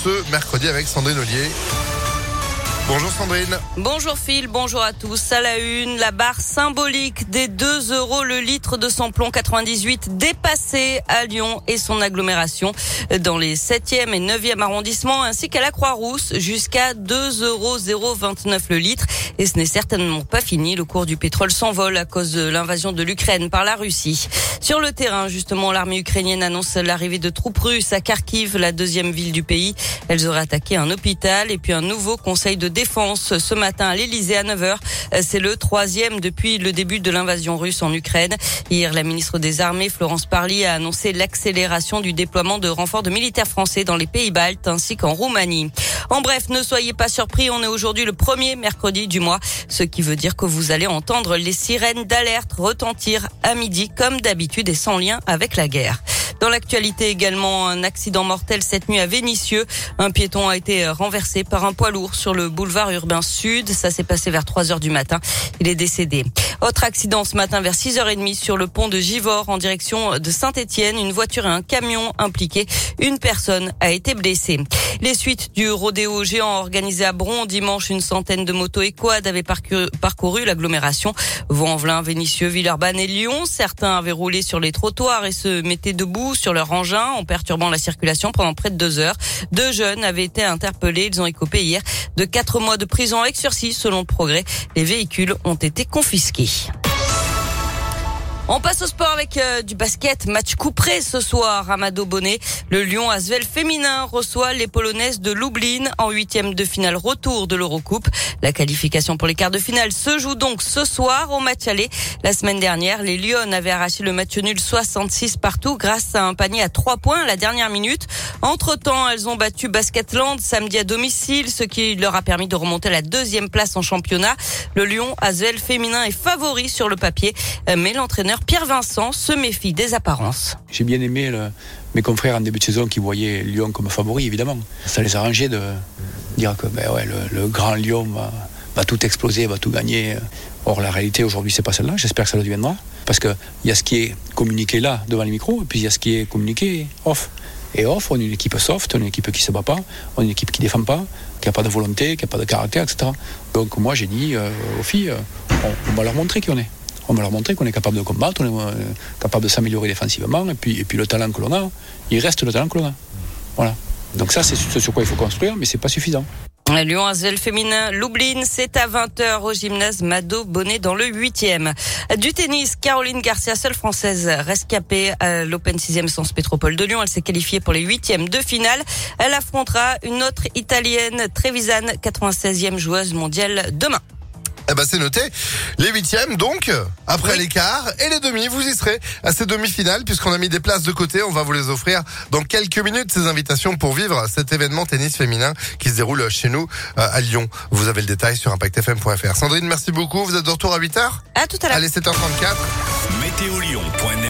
ce mercredi avec Sandrine Ollier. Bonjour Sandrine. Bonjour Phil, bonjour à tous. À la une, la barre symbolique des 2 € le litre de samplon 98 dépassée à Lyon et son agglomération dans les 7e et 9e arrondissements ainsi qu'à la Croix-Rousse jusqu'à 2,029 € le litre. Et ce n'est certainement pas fini. Le cours du pétrole s'envole à cause de l'invasion de l'Ukraine par la Russie. Sur le terrain, justement, l'armée ukrainienne annonce l'arrivée de troupes russes à Kharkiv, la 2e ville du pays. Elles auraient attaqué un hôpital et puis un nouveau conseil de défense ce matin à l'Elysée à 9h. C'est le 3e depuis le début de l'invasion russe en Ukraine. Hier, la ministre des Armées, Florence Parly, a annoncé l'accélération du déploiement de renforts de militaires français dans les pays baltes ainsi qu'en Roumanie. En bref, ne soyez pas surpris, on est aujourd'hui le premier mercredi du mois, ce qui veut dire que vous allez entendre les sirènes d'alerte retentir à midi comme d'habitude et sans lien avec la guerre. Dans l'actualité également, un accident mortel cette nuit à Vénissieux. Un piéton a été renversé par un poids lourd sur le boulevard urbain sud. Ça s'est passé vers 3h du matin. Il est décédé. Autre accident ce matin vers 6h30 sur le pont de Givors en direction de Saint-Étienne. Une voiture et un camion impliqués. Une personne a été blessée. Les suites du rodéo géant organisé à Bron dimanche, une centaine de motos et quads avaient parcouru l'agglomération. Vaux-en-Velin, Vénissieux, Villeurbanne et Lyon. Certains avaient roulé sur les trottoirs et se mettaient debout sur leur engin en perturbant la circulation pendant près de 2 heures. 2 jeunes avaient été interpellés. Ils ont écopé hier de 4 mois de prison avec sursis selon le Progrès. Les véhicules ont été confisqués. On passe au sport avec du basket. Match couperé ce soir à Mado Bonnet. Le Lyon Asvel féminin reçoit les Polonaises de Lublin en 8e de finale retour de l'Eurocoupe. La qualification pour les quarts de finale se joue donc ce soir au match aller. La semaine dernière, les Lyonnes avaient arraché le match nul 66 partout grâce à un panier à 3 points à la dernière minute. Entre-temps, elles ont battu Basketland samedi à domicile, ce qui leur a permis de remonter à la 2e place en championnat. Le Lyon Asvel féminin est favori sur le papier, mais l'entraîneur Pierre Vincent se méfie des apparences. J'ai bien aimé mes confrères en début de saison qui voyaient Lyon comme favori, évidemment. Ça les arrangeait de dire que le grand Lyon va tout exploser, va tout gagner. Or, la réalité aujourd'hui, c'est pas celle-là. J'espère que ça le deviendra. Parce qu'il y a ce qui est communiqué là, devant les micros, et puis il y a ce qui est communiqué off. Et off, on est une équipe soft, on est une équipe qui ne se bat pas, on est une équipe qui ne défend pas, qui n'a pas de volonté, qui n'a pas de caractère, etc. Donc moi, j'ai dit aux filles, on va leur montrer qui on est. On va leur montrer qu'on est capable de combattre, on est capable de s'améliorer défensivement, et puis le talent que l'on a, il reste le talent que l'on a. Voilà. Donc ça, c'est ce sur quoi il faut construire, mais c'est pas suffisant. Lyon Asvel féminin Lublin, c'est à 20h au gymnase Mado Bonnet dans le 8e. Du tennis, Caroline Garcia, seule française rescapée à l'Open 6e Sens Pétropole de Lyon. Elle s'est qualifiée pour les 8e de finale. Elle affrontera une autre italienne, Trevisan, 96e joueuse mondiale demain. Eh ben c'est noté. Les 8e donc, après les quarts et les demi, vous y serez à ces demi-finales puisqu'on a mis des places de côté. On va vous les offrir dans quelques minutes, ces invitations pour vivre cet événement tennis féminin qui se déroule chez nous à Lyon. Vous avez le détail sur impactfm.fr. Sandrine, merci beaucoup. Vous êtes de retour à 8h ? À tout à l'heure. Allez, 7h34. Météolion.net